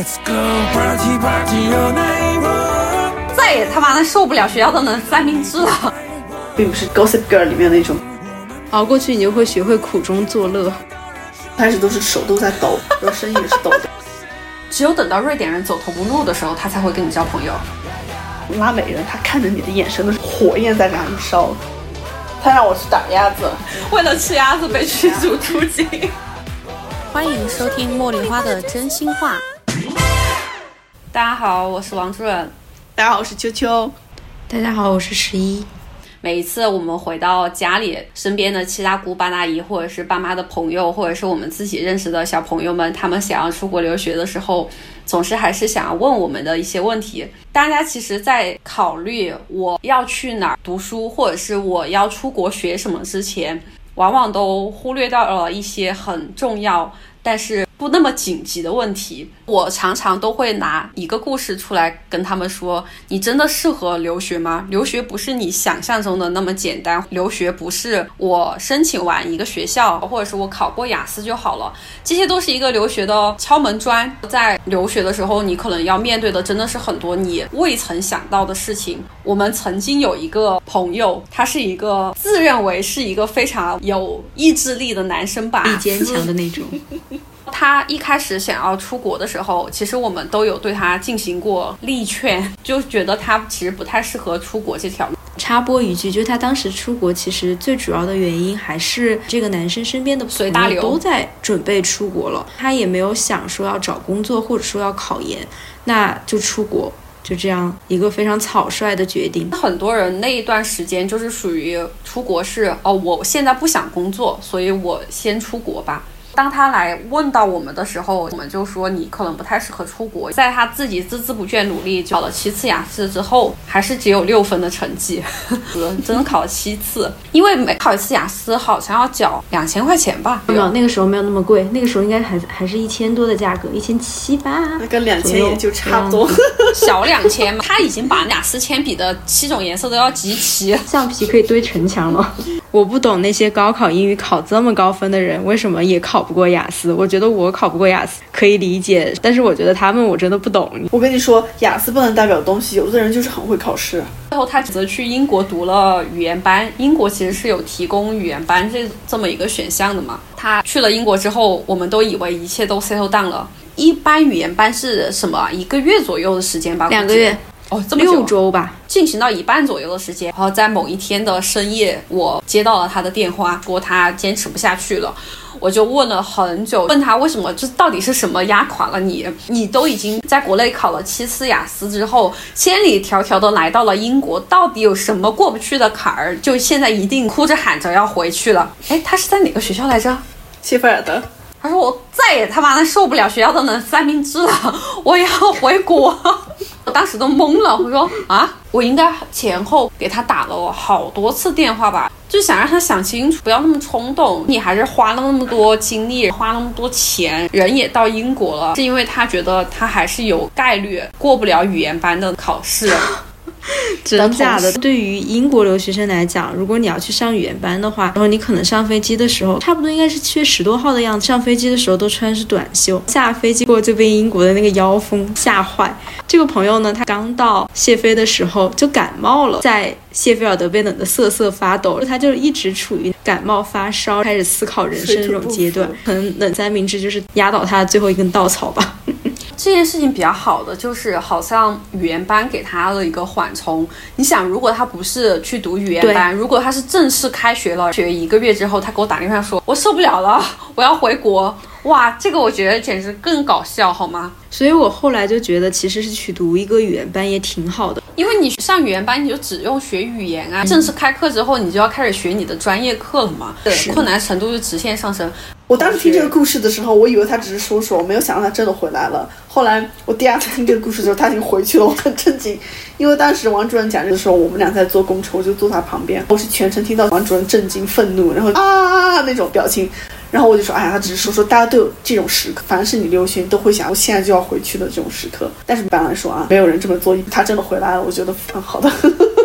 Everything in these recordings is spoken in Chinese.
再也他妈的受不了学校的那三明治了， 并不是 Gossip Girl 里面那种熬过去你就会学会苦中作乐。 开始都是手都在抖，然后声音也是抖的。 只有等到瑞典人走投无路的时候，他才会跟你交朋友。 拉美人他看着你的眼神都是火焰在燃烧。他让我去打鸭子， 为了吃鸭子被驱逐出境。 欢迎收听茉莉花的真心话。 大家好，我是王主任。 大家好，我是秋秋。 大家好，我是11。 每一次我们回到家里，身边的七大姑八大姨，或者是爸妈的朋友，或者是我们自己认识的小朋友们，他们想要出国留学的时候，总是还是想要问我们的一些问题。大家其实在考虑我要去哪儿读书，或者是我要出国学什么之前，往往都忽略到了一些很重要但是不那么紧急的问题。我常常都会拿一个故事出来跟他们说，你真的适合留学吗？留学不是你想象中的那么简单，留学不是我申请完一个学校，或者是我考过雅思就好了，这些都是一个留学的敲门砖。在留学的时候，你可能要面对的真的是很多你未曾想到的事情。我们曾经有一个朋友，他是一个自认为是一个非常有意志力的男生吧， 力坚强的那种。 他一开始想要出国的时候，其实我们都有对他进行过力劝，就觉得他其实不太适合出国这条路。 插播一句，就是他当时出国其实最主要的原因还是这个男生身边的朋友都在准备出国了，他也没有想说要找工作或者说要考研，那就出国，就这样一个非常草率的决定。 很多人那一段时间就是属于出国是我现在不想工作，所以我先出国吧。当他来问到我们的时候，我们就说你可能不太适合出国。在他自己孜孜不倦努力考了7次雅思之后，还是只有6分的成绩，真的考了7次。因为每考一次雅思好像要缴2000块钱吧？ 没有，那个时候没有那么贵，那个时候应该还是1000多的价格，1700吧， 那跟2000也就差不多， 小2000嘛。他已经把雅思铅笔的7种颜色都要集齐， 橡皮可以堆城墙了。我不懂那些高考英语考这么高分的人为什么也考不过雅思。我觉得我考不过雅思可以理解，但是我觉得他们我真的不懂。 我跟你说，雅思不能代表东西，有的人就是很会考试。 最后他则去英国读了语言班，英国其实是有提供语言班这么一个选项的嘛。他去了英国之后，我们都以为一切都 settle down 了。一般语言班是什么1个月左右的时间吧 ？2个月。 这么久 6周吧， 进行到一半左右的时间。然后在某一天的深夜，我接到了他的电话，说他坚持不下去了。我就问了很久，问他为什么，这到底是什么压垮了你？你都已经在国内考了7次雅思之后，千里迢迢的来到了英国，到底有什么过不去的坎儿？就现在一定哭着喊着要回去了。他是在哪个学校来着？ 谢菲尔德。 他说我再也他妈的受不了学校的那三明治了，我要回国。我当时都懵了，我说我应该前后给他打了好多次电话吧，就想让他想清楚，不要那么冲动。你还是花了那么多精力，花那么多钱，人也到英国了，是因为他觉得他还是有概率过不了语言班的考试。 真假的？对于英国留学生来讲，如果你要去上语言班的话，然后你可能上飞机的时候，差不多应该是7月10多号的样子，上飞机的时候都穿是短袖，下飞机过就被英国的那个妖风吓坏。这个朋友呢，他刚到谢菲的时候就感冒了，在谢菲尔德被冷得瑟瑟发抖，他就一直处于感冒发烧，开始思考人生这种阶段，可能冷三明治就是压倒他的最后一根稻草吧。 这件事情比较好的就是好像语言班给他了一个缓冲。你想，如果他不是去读语言班，如果他是正式开学了，学1个月之后他给我打电话说我受不了了，我要回国，哇，这个我觉得简直更搞笑好吗？ 所以我后来就觉得其实是去读一个语言班也挺好的， 因为你上语言班你就只用学语言啊，正式开课之后你就要开始学你的专业课了嘛，困难程度就直线上升。 我当时听这个故事的时候，我以为他只是说说，我没有想到他真的回来了。后来我第2次听这个故事的时候，他已经回去了，我很震惊。因为当时王主任讲这个时候，我们俩在坐公车，我就坐他旁边，我是全程听到王主任震惊、愤怒，然后那种表情。然后我就说，他只是说大家都有这种时刻，凡是你留学，你都会想我现在就要回去的这种时刻。但是一般来说没有人这么做。他真的回来了，我觉得好的。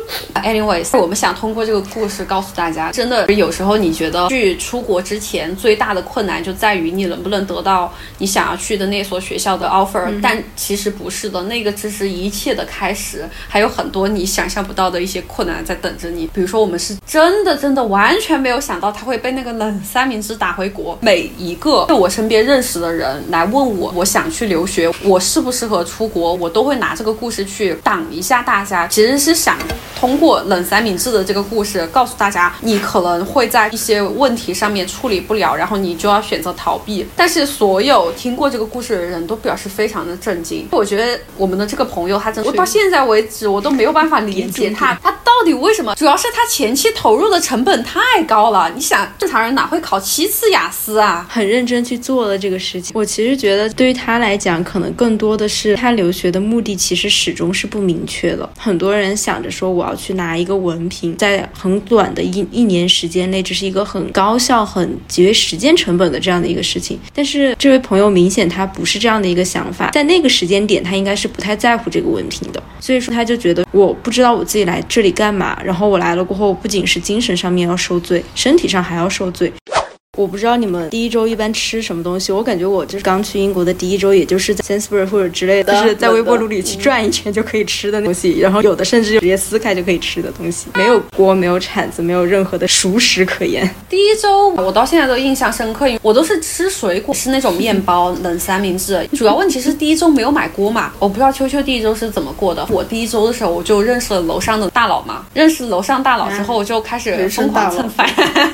Anyways， 我们想通过这个故事告诉大家，真的有时候你觉得去出国之前最大的困难就在于你能不能得到你想要去的那所学校的 offer，但其实不是的，那个只是一切的开始，还有很多你想象不到的一些困难在等着你。比如说我们是真的完全没有想到他会被那个冷三明治打回国。每一个我身边认识的人来问我想去留学，我适不适合出国，我都会拿这个故事去挡一下大家，其实是想通过冷三明治的这个故事告诉大家，你可能会在一些问题上面处理不了，然后你就要选择逃避。但是所有听过这个故事的人都表示非常的震惊。我觉得我们的这个朋友他真的，我到现在为止我都没有办法理解他到底为什么，主要是他前期投入的成本太高了。你想正常人哪会考7次雅思啊？ 很认真去做了这个事情。我其实觉得对于他来讲，可能更多的是他留学的目的其实始终是不明确的。很多人想着说我要去拿一个文凭，在很短的一年时间内，这是一个很高效很节约时间成本的这样的一个事情。但是这位朋友明显他不是这样的一个想法，在那个时间点他应该是不太在乎这个文凭的，所以说他就觉得我不知道我自己来这里干嘛，然后我来了过后不仅是精神上面要受罪，身体上还要受罪。我不知道你们第一周一般吃什么东西，我感觉我就是刚去英国的第一周，也就是在 Sainsbury 或者之类的，就是在微波炉里去转一圈就可以吃的东西，然后有的甚至直接撕开就可以吃的东西，没有锅，没有铲子，没有任何的熟食可言。 第一周我到现在都印象深刻，我都是吃水果，吃那种面包冷三明治。主要问题是第一周没有买锅嘛，我不知道秋秋第一周是怎么过的。我第一周的时候我就认识了楼上的大佬嘛，认识楼上大佬之后我就开始疯狂蹭饭。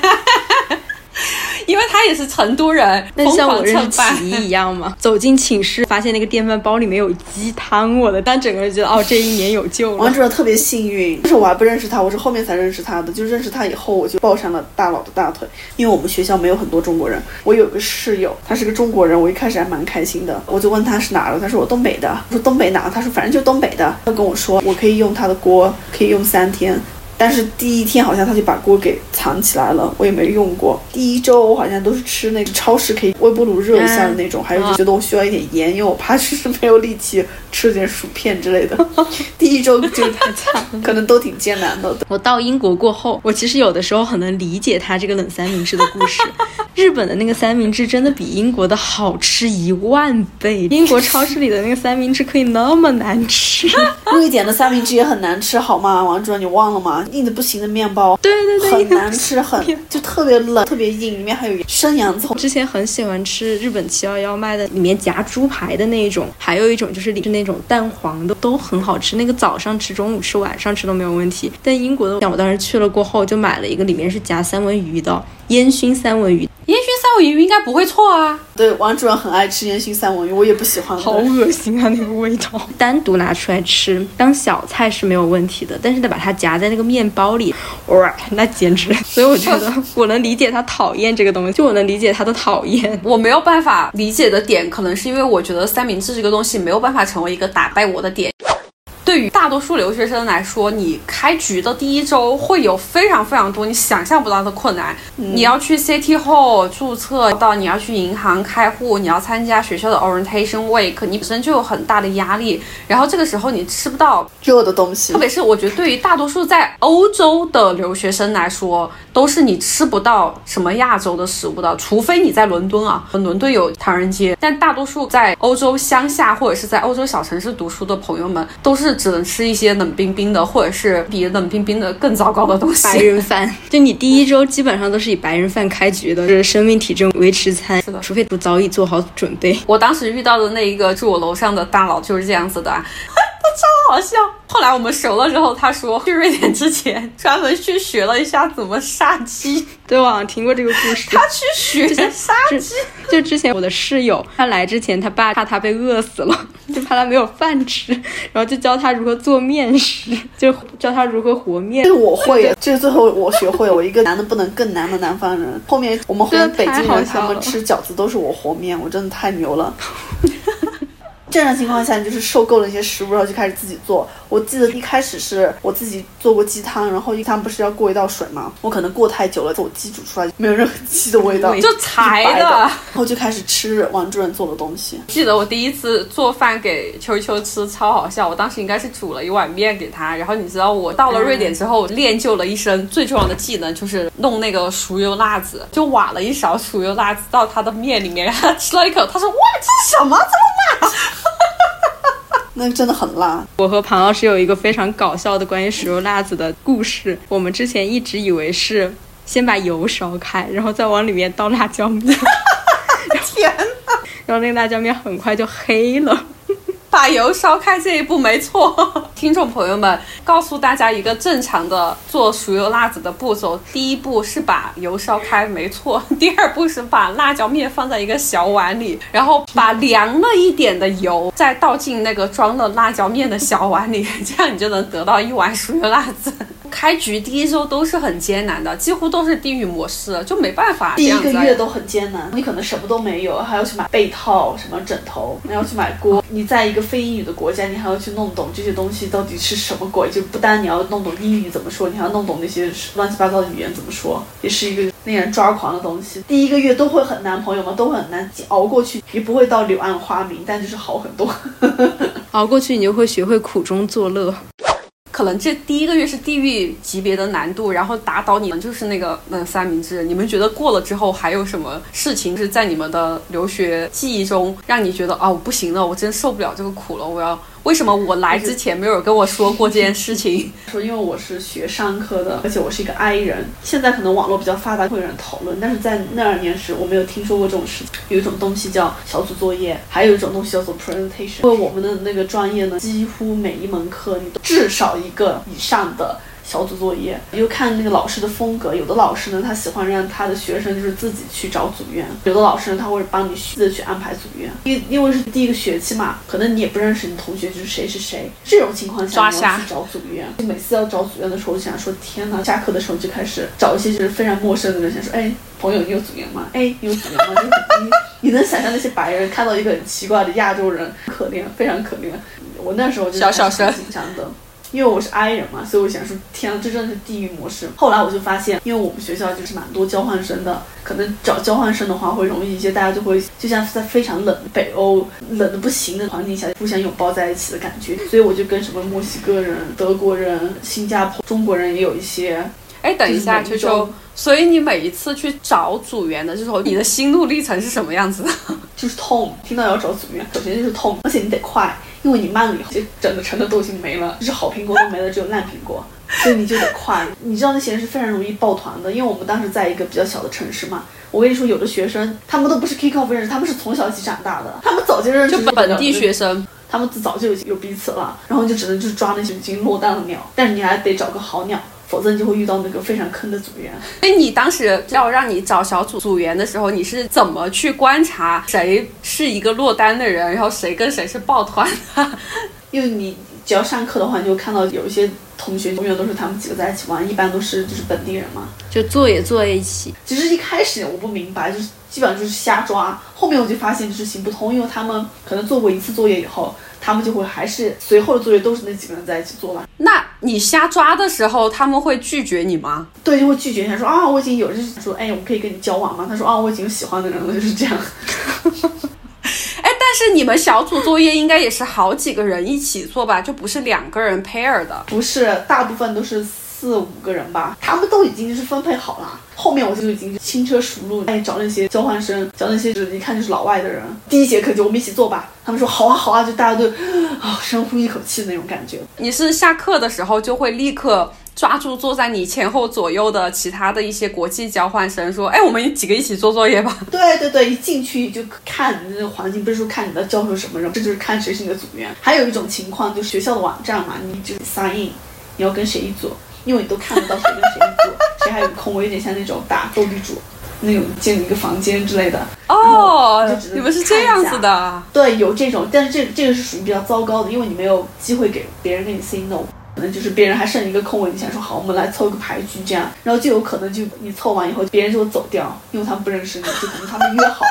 因为他也是成都人， 那像我认识启一样嘛，走进寝室发现那个电饭煲里面有鸡汤，我的，但整个人觉得这一年有救了。 王主任特别幸运，但是我还不认识他，我是后面才认识他的。就认识他以后，我就抱上了大佬的大腿，因为我们学校没有很多中国人。我有个室友，他是个中国人，我一开始还蛮开心的，我就问他是哪的，他说我东北的，我说东北哪？他说反正就东北的。他跟我说我可以用他的锅，可以用3天。但是第一天好像他就把锅给藏起来了，我也没用过。第一周我好像都是吃那个超市可以微波炉热一下的那种，还有就觉得我需要一点盐，因为我怕就是没有力气吃点薯片之类的。第一周就太惨了，可能都挺艰难的。 我到英国过后，我其实有的时候很能理解他这个冷三明治的故事。日本的那个三明治真的比英国的好吃10000倍，英国超市里的那个三明治可以那么难吃。 瑞典的三明治也很难吃好吗？王主任你忘了吗？硬的不行的面包， 对， 很难吃，就特别冷，特别硬，里面还有生洋葱。 之前很喜欢吃日本711卖的里面夹猪排的那一种，还有一种就是那种蛋黄的，都很好吃。那个早上吃、中午吃、晚上吃都没有问题。但英国的，像我当时去了过后，就买了一个里面是夹三文鱼的，烟熏三文鱼。 烟熏三文鱼应该不会错啊。 对，王主任很爱吃烟熏三文鱼，我也不喜欢。 好恶心啊，那个味道。单独拿出来吃当小菜是没有问题的，但是得把它夹在那个面包里，哇，那简直。所以我觉得我能理解他讨厌这个东西，就我能理解他的讨厌。 我没有办法理解的点，可能是因为我觉得三明治这个东西没有办法成为一个打败我的点。对于大多数留学生来说，你开局的第一周会有非常非常多你想象不到的困难。你要去 City Hall 注册，到你要去银行开户，你要参加学校的 Orientation Week， 你本身就有很大的压力。然后这个时候你吃不到热的东西， 特别是我觉得对于大多数在欧洲的留学生来说，都是你吃不到什么亚洲的食物的，除非你在伦敦啊，伦敦有唐人街，但大多数在欧洲乡下或者是在欧洲小城市读书的朋友们，都是只能吃一些冷冰冰的，或者是比冷冰冰的更糟糕的东西。 白人饭，就你第一周基本上都是以白人饭开局的，是生命体征维持餐， 是的， 除非不早已做好准备。 我当时遇到的那一个住我楼上的大佬就是这样子的啊。超好笑。后来我们熟了之后，他说去瑞典之前专门去学了一下怎么杀鸡。 对，我好像听过这个故事。 他去学杀鸡， 就之前我的室友，他来之前，他爸怕他被饿死了，就怕他没有饭吃，然后就教他如何做面食，就教他如何和面。 这个我会，这个最后我学会了。我一个男的不能更难的南方人，后面我们回北京人他们吃饺子都是我和面，我真的太牛了。 正常情况下，你就是受够了一些食物，然后就开始自己做。我记得一开始是我自己做过鸡汤，然后鸡汤不是要过一道水吗？我可能过太久了，我鸡煮出来没有任何鸡的味道， 就柴的， 然后就开始吃王主任做的东西。 记得我第一次做饭给秋秋吃超好笑，我当时应该是煮了一碗面给他，然后你知道我到了瑞典之后练就了一身最重要的技能，就是弄那个熟油辣子，就挖了一勺熟油辣子到他的面里面，他吃了一口，他说哇这是什么这么辣那真的很辣。 我和庞老师有一个非常搞笑的关于熟油辣子的故事。我们之前一直以为是先把油烧开，然后再往里面倒辣椒面天哪， 然后那个辣椒面很快就黑了。 把油烧开这一步没错。听众朋友们，告诉大家一个正常的做熟油辣子的步骤：第一步是把油烧开，没错；第二步是把辣椒面放在一个小碗里，然后把凉了一点的油再倒进那个装了辣椒面的小碗里，这样你就能得到一碗熟油辣子。开局第一周都是很艰难的，几乎都是地狱模式，就没办法。 第一个月都很艰难，你可能什么都没有，还要去买被套、什么枕头，还要去买锅。你在一个非英语的国家，你还要去弄懂这些东西到底是什么鬼。就不单你要弄懂英语怎么说，你还要弄懂那些乱七八糟的语言怎么说，也是一个令人抓狂的东西。第一个月都会很难，朋友们都会很难熬过去，也不会到柳暗花明，但就是好很多。 熬过去你就会学会苦中作乐。 可能这第一个月是地狱级别的难度，然后打倒你们就是那个三明治。你们觉得过了之后还有什么事情是在你们的留学记忆中让你觉得我不行了，我真受不了这个苦了，为什么我来之前没有人跟我说过这件事情？ 说因为我是学商科的，而且我是一个 I 人。现在可能网络比较发达，会有人讨论，但是在那2年时我没有听说过这种事情。有一种东西叫小组作业，还有一种东西叫做 presentation。因为我们的那个专业呢，几乎每一门课你都至少一个以上的小组作业，又看那个老师的风格。有的老师呢，他喜欢让他的学生就是自己去找组员；有的老师呢，他会帮你自己去安排组员。因为是第一个学期嘛，可能你也不认识你同学就是谁是谁。这种情况下，你要去找组员。每次要找组员的时候，我就想说，天哪！下课的时候就开始找一些就是非常陌生的人，想说，哎，朋友，你有组员吗？哎，你有组员吗？就是你能想象那些白人看到一个很奇怪的亚洲人，可怜，非常可怜。我那时候就小声紧张的。因为我是 I 人嘛，所以我想说，天啊，这真的是地狱模式。后来我就发现，因为我们学校就是蛮多交换生的，可能找交换生的话会容易一些，大家就会就像在非常冷北欧冷的不行的环境下互相拥抱在一起的感觉。所以我就跟什么墨西哥人、德国人、新加坡、中国人也有一些。 哎，等一下，秋秋，所以你每一次去找组员的时候，你的心路历程是什么样子的？ 就是痛，听到要找组员，首先就是痛，而且你得快，因为你慢了以后，整个城的都已经没了，就是好苹果都没了，只有烂苹果，所以你就得快。你知道那些人是非常容易抱团的，因为我们当时在一个比较小的城市嘛。我跟你说，有的学生他们都不是 kick off 认识，他们是从小一起长大的，他们早就认识， 就本地学生。 他们早就有彼此了，然后你就只能就是抓那些已经落单的鸟，但是你还得找个好鸟，否则你就会遇到那个非常坑的组员。 所以你当时要让你找小组员的时候，你是怎么去观察谁是一个落单的人，然后谁跟谁是抱团的？ 因为你只要上课的话，你就看到有一些同学永远都是他们几个在一起玩，一般都是就是本地人嘛， 就坐也坐在一起。 其实一开始我不明白，就是基本上就是瞎抓，后面我就发现就是行不通，因为他们可能做过一次作业以后，他们就会还是随后的作业都是那几个人在一起做完。 那你瞎抓的时候，他们会拒绝你吗？ 对，就会拒绝。他说啊，我已经有人说，哎，我们可以跟你交往吗？他说啊，我已经有喜欢的人了，就是这样。 哎，但是你们小组作业应该也是好几个人一起做吧，就不是2个人 pair 的？ 不是，大部分都是4、5个人吧，他们都已经是分配好了。后面我就已经轻车熟路，找那些交换生，找那些一看就是老外的人。第一节课就我们一起做吧，他们说好啊好啊，就大家都深呼一口气的那种感觉。 你是下课的时候就会立刻抓住坐在你前后左右的其他的一些国际交换生，说，哎，我们几个一起做作业吧。 对对对，一进去就看你那个环境，不是说看你的教授什么人，这就是看谁是你的组员。还有一种情况，就学校的网站嘛，你就是 sign in， 你要跟谁一组，因为你都看得到谁跟谁一组，谁还有空位，有点像那种打斗地主那种建一个房间之类的。 哦，你们是这样子的？ 对，有这种，但是这个是属于比较糟糕的，因为你没有机会给别人跟你 say no。可能就是别人还剩一个空位，你想说好，我们来凑一个牌局这样，然后就有可能就你凑完以后，别人就会走掉，因为他们不认识你，就可能他们约好了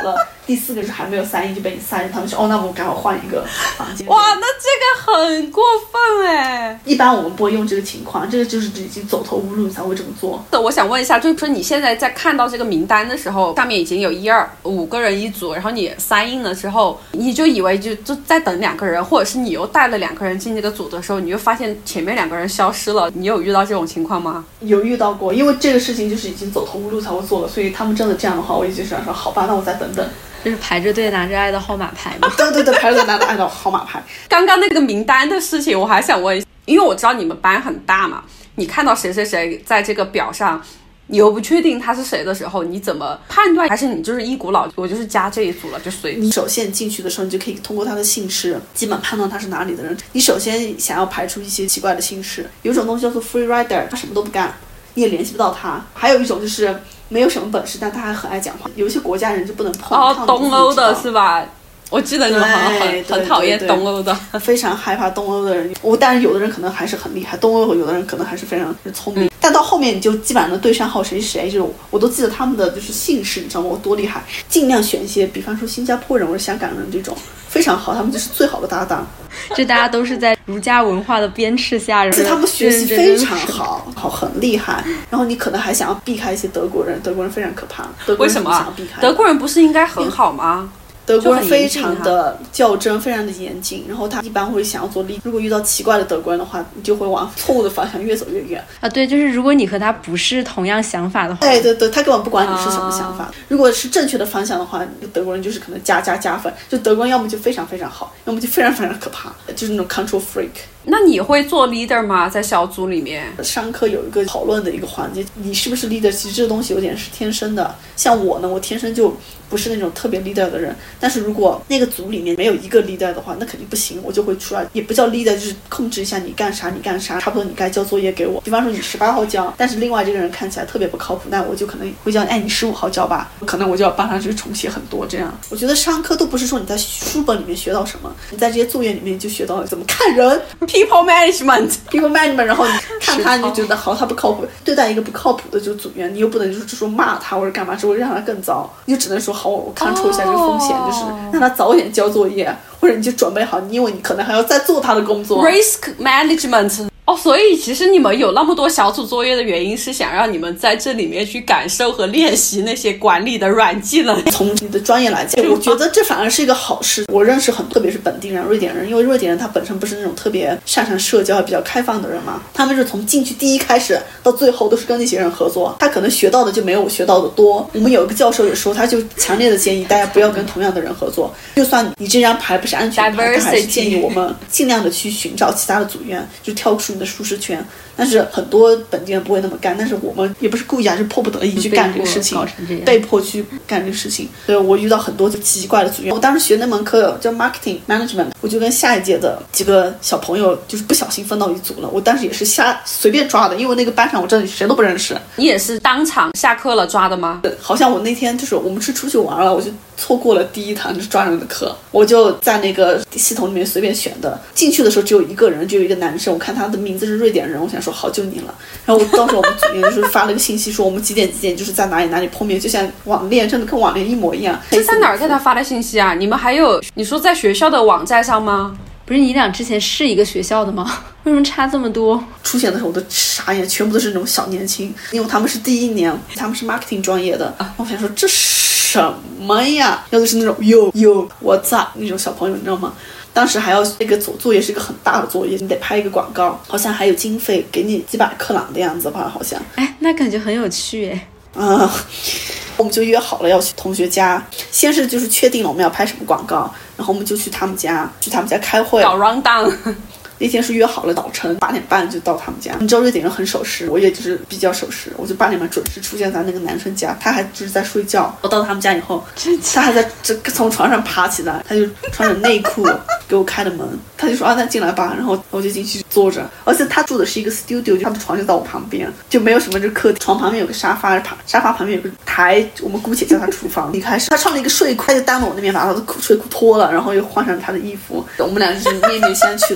第4个是还没有塞印就被你塞进，他们说哦，那我们赶快换一个房间。 哇，那这个很过分哎！ 一般我们不会用这个情况，这个就是已经走投无路，你才会这么做。 我想问一下，就是说你现在在看到这个名单的时候，上面已经有5个人一组，然后你塞印了之后，你就以为就在等2个人，或者是你又带了2个人进这个组的时候，你就发现前面2个人消失了，你有遇到这种情况吗？ 有遇到过，因为这个事情就是已经走投无路才会做了，所以他们真的这样的话，我也就想说好吧，那我再等等。 就是排着队拿着爱的号码牌嘛。 对，排着队拿着爱的号码牌。 刚刚那个名单的事情，我还想问一下，因为我知道你们班很大嘛，你看到谁谁谁在这个表上，你又不确定他是谁的时候，你怎么判断？还是你就是一股脑，我就是加这一组了，就随你首先进去的时候，你就可以通过他的姓氏基本判断他是哪里的人。你首先想要排除一些奇怪的姓氏，有一种东西叫做 free rider， 他什么都不干，你也联系不到他。还有一种就是没有什么本事，但他还很爱讲话。有一些国家人就不能碰。 东欧的是吧？我记得你们好像很讨厌东欧的， 非常害怕东欧的人。但是有的人可能还是很厉害，东欧有的人可能还是非常聪明。但到后面你就基本上能对上号谁是谁，就是我都记得他们的就是姓氏，你知道吗？我多厉害！尽量选一些，比方说新加坡人或者香港人这种，非常好，他们就是最好的搭档。 就大家都是在儒家文化的鞭笞下， 而且他们学习非常好，很厉害。然后你可能还想要避开一些德国人，德国人非常可怕。 为什么？德国人不是应该很好吗？ 德国人非常的较真，非常的严谨，然后他一般会想要做如果遇到奇怪的德国人的话，你就会往错误的方向越走越远啊。对，就是如果你和他不是同样想法的话， 对，他根本不管你是什么想法。如果是正确的方向的话，德国人就是可能加分。就德国人要么就非常非常好，要么就非常非常可怕，就是那种 control freak。 那你会做 leader 吗？在小组里面， 上课有一个讨论的一个环节，你是不是 leader？其实这个东西有点是天生的。像我呢，我天生就不是那种特别 leader 的人。但是如果那个组里面没有一个 leader 的话，那肯定不行，我就会出来，也不叫 leader，就是控制一下你干啥，差不多你该交作业给我。比方说你18号交，但是另外这个人看起来特别不靠谱，那我就可能会叫，你15号交吧，可能我就要帮他去重写很多这样。我觉得上课都不是说你在书本里面学到什么，你在这些作业里面就学到了怎么看人。 People management， 然后你看他，你就觉得好，他不靠谱。对待一个不靠谱的就组员，你又不能就是说骂他或者干嘛，只会让他更糟。你就只能说好，我看出一下这个风险，就是让他早点交作业，或者你就准备好，因为你可能还要再做他的工作。 Risk management。所以其实你们有那么多小组作业的原因是想让你们在这里面去感受和练习那些管理的软技能。 从你的专业来讲，我觉得这反而是一个好事。我认识特别是本地人、瑞典人，因为瑞典人他本身不是那种特别擅长社交、比较开放的人嘛，他们是从进去第一开始到最后都是跟那些人合作，他可能学到的就没有我学到的多。我们有一个教授也说，他就强烈的建议大家不要跟同样的人合作，就算你这张牌不是安全牌，他还是建议我们尽量的去寻找其他的组员，就跳出你的舒适圈。但是很多本地人不会那么干，但是我们也不是故意，是迫不得已去干这个事情，被迫去干这个事情。对，我遇到很多奇怪的组员。我当时学那门课叫 marketing management， 我就跟下一届的几个小朋友就是不小心分到一组了。我当时也是随便抓的，因为那个班上我真的谁都不认识。 你也是当场下课了抓的吗？ 好像我那天就是我们是出去玩了，我就错过了第一堂就是抓人的课，我就在那个系统里面随便选的。进去的时候只有一个人，只有一个男生，我看他的名字是瑞典人，我想说好就你了。然后到时候我们组员就是发了个信息说我们几点就是在哪里碰面，就像网恋，真的跟网恋一模一样。 是在哪儿给他发的信息啊？你们还有你说在学校的网站上吗？ 不是你俩之前是一个学校的吗？为什么差这么多？ 出现的时候我都傻眼，全部都是那种小年轻，因为他们是第一年，他们是 marketing 专业的。我想说这什么呀？要的是那种我在那种小朋友，你知道吗？当时还要那个作业是一个很大的作业，你得拍一个广告，好像还有经费给你几百克朗的样子吧，好像。 那感觉很有趣哎。 我们就约好了要去同学家，先是就是确定了我们要拍什么广告，然后我们就去他们家开会搞 round down。 那天是约好了早晨8点半就到他们家。你知道瑞典人很守时，我也就是比较守时，我就8点半准时出现在那个男生家，他还就是在睡觉。我到他们家以后，他还在从床上爬起来，他就穿着内裤给我开了门，他就说那进来吧，然后我就进去坐着。而且他住的是一个 studio， 他的床就在我旁边，就没有什么就客厅，床旁边有个沙发，沙发旁边有个台，我们姑且叫他厨房。一开始他穿了一个睡裤，他就单了我那边把他的睡裤脱了，然后又换上他的衣服，我们俩就是面面相觑了很久。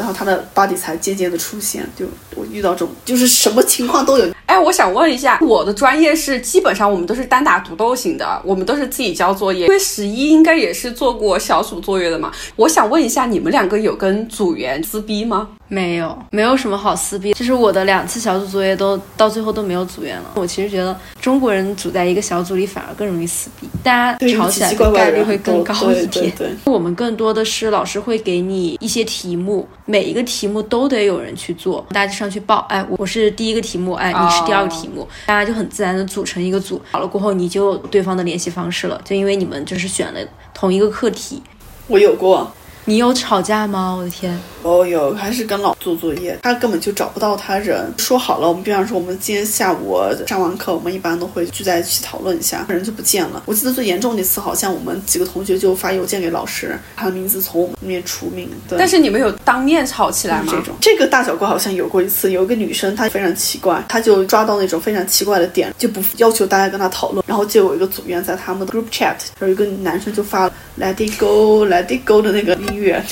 然后他的 body 才渐渐的出现。就我遇到这种就是什么情况都有。 哎，我想问一下，我的专业是基本上我们都是单打独斗型的，我们都是自己交作业，因为11应该也是做过小组作业的嘛。我想问一下，你们两个有跟组员撕逼吗？ 没有什么好撕逼，就是我的2次小组作业都到最后都没有组员了。我其实觉得中国人组在一个小组里反而更容易撕逼，大家吵起来的概率会更高一点。我们更多的是老师会给你一些题目，每一个题目都得有人去做，大家就上去报，哎，我是第一个题目，哎，你是第2个题目，大家就很自然的组成一个组。好了过后你就有对方的联系方式了，就因为你们就是选了同一个课题。 我有过。 你有吵架吗？我的天！ 有，还是跟老做作业，他根本就找不到他人。说好了，我们比方说我们今天下午上完课，我们一般都会聚在一起讨论一下，人就不见了。我记得最严重的一次，好像我们几个同学就发邮件给老师，他的名字从我们里面除名。 但是你们有当面吵起来吗？ 这个大小哥好像有过一次，有一个女生她非常奇怪，她就抓到那种非常奇怪的点，就不要求大家跟她讨论，然后就有一个组员在他们的 group chat， 有一个男生就发 Let it go Let it go 的那个音乐。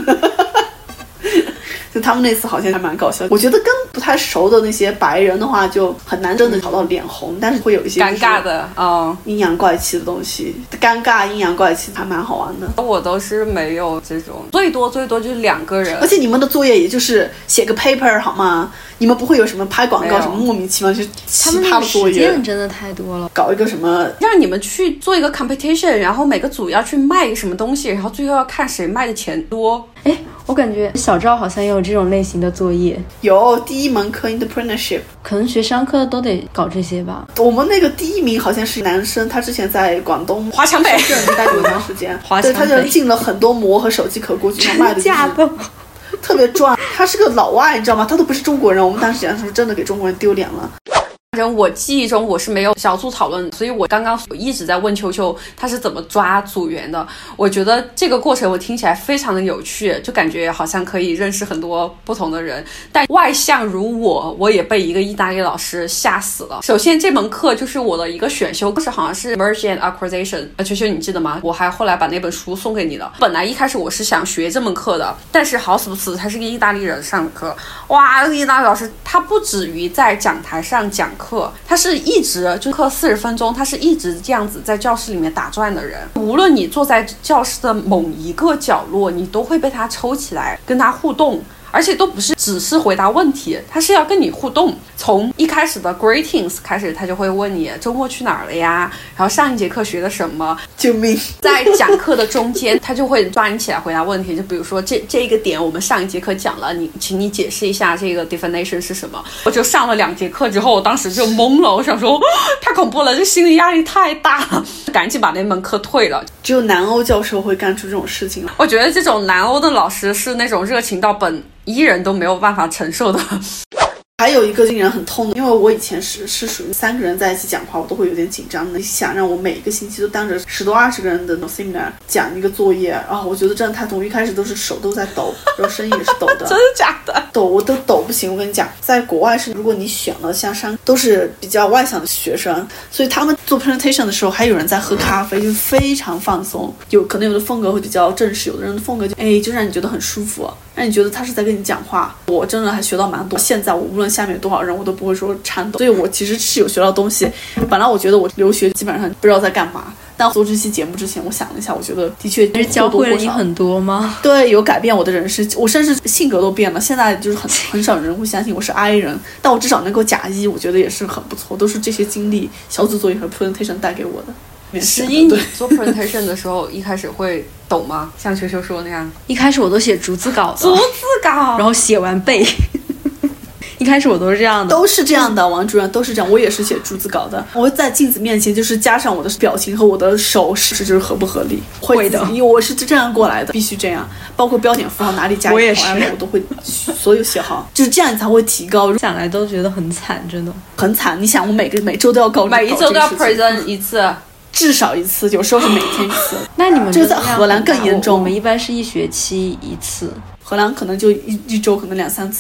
就他们那次好像还蛮搞笑。我觉得跟不太熟的那些白人的话，就很难真的吵到脸红，但是会有一些尴尬的阴阳怪气的东西，尴尬阴阳怪气还蛮好玩的。 我都是没有这种，最多就是2个人。 而且你们的作业也就是写个 paper 好吗？你们不会有什么拍广告什么莫名其妙就奇葩的作业。 他们时间真的太多了， 搞一个什么让你们去做一个 competition， 然后每个组要去卖什么东西，然后最后要看谁卖的钱多。 哎，我感觉小赵好像也有这种类型的作业。 有第1门课 entrepreneurship， 可能学商科都得搞这些吧。 我们那个第1名好像是男生，他之前在广东华强北待过一段时间， 对， 他就进了很多膜和手机壳过去卖的， 假的。 特别赚。他是个老外，你知道吗？他都不是中国人。我们当时讲说真的给中国人丢脸了。 我记忆中我是没有小组讨论，所以我刚刚一直在问秋秋他是怎么抓组员的。我觉得这个过程我听起来非常的有趣，就感觉好像可以认识很多不同的人。但外向如我也被一个意大利老师吓死了。首先这门课就是我的一个选修，是好像是 Merge and Acquisition， 秋秋你记得吗？我还后来把那本书送给你了。本来一开始我是想学这门课的，但是好死不死他是个意大利人上课。哇，那个意大利老师他不止于在讲台上讲课，他是一直就课40分钟，他是一直这样子在教室里面打转的人。无论你坐在教室的某一个角落，你都会被他抽起来跟他互动，而且都不是只是回答问题，他是要跟你互动。从一开始的 greetings 开始，他就会问你周末去哪儿了呀，然后上一节课学的什么。 救命！ 在讲课的中间，他就会抓你起来回答问题，就比如说这一个点我们上一节课讲了，请你解释一下这个 definition 是什么。我就上了2节课之后，我当时就懵了，我想说太恐怖了，这心理压力太大了，赶紧把那门课退了。 只有南欧教授会干出这种事情。 我觉得这种南欧的老师是那种热情到本一人都没有办法承受的。 还有一个令人很痛的，因为我以前是属于3个人在一起讲话，我都会有点紧张的。你想让我每一个星期都当着10多20个人的 seminar 讲一个作业啊，我觉得真的太痛。一开始都是手都在抖，然后声音也是抖的。 真的假的？ 抖我都抖不行。我跟你讲，在国外是如果你选了像商都是比较外向的学生，所以他们做 presentation 的时候还有人在喝咖啡，就非常放松。可能有的风格会比较正式，有的人的风格就让你觉得很舒服，让你觉得他是在跟你讲话。我真的还学到蛮多。现在我无论下面有多少人，我都不会说颤抖，所以我其实是有学到东西。本来我觉得我留学基本上不知道在干嘛，但做这期节目之前，我想了一下，我觉得的确是教会了你很多吗？ 对，有改变我的人生，我甚至性格都变了。现在就是很少人会相信我是 I 人，但我至少能够假一，我觉得也是很不错。都是这些经历、小组作业和 presentation 带给我的。 11你做 presentation 的时候，一开始会抖吗？像秋秋说那样？ 一开始我都写逐字稿的， 逐字稿， 然后写完背。一开始我都是这样的， 都是这样的，王主任都是这样。我也是写逐字稿的，我会在镜子面前就是加上我的表情和我的手势，就是合不合理。会的，因为我是这样过来的，必须这样。包括标点符号哪里加一个我都会所有写好，就是这样你才会提高。 想来都觉得很惨，真的很惨。你想，我每周都要每一周都要 present 一次。 至少一次，有时候是每天一次。 那你们这个在荷兰更严重， 我们一般是1学期1次， 荷兰可能就一周可能2-3次。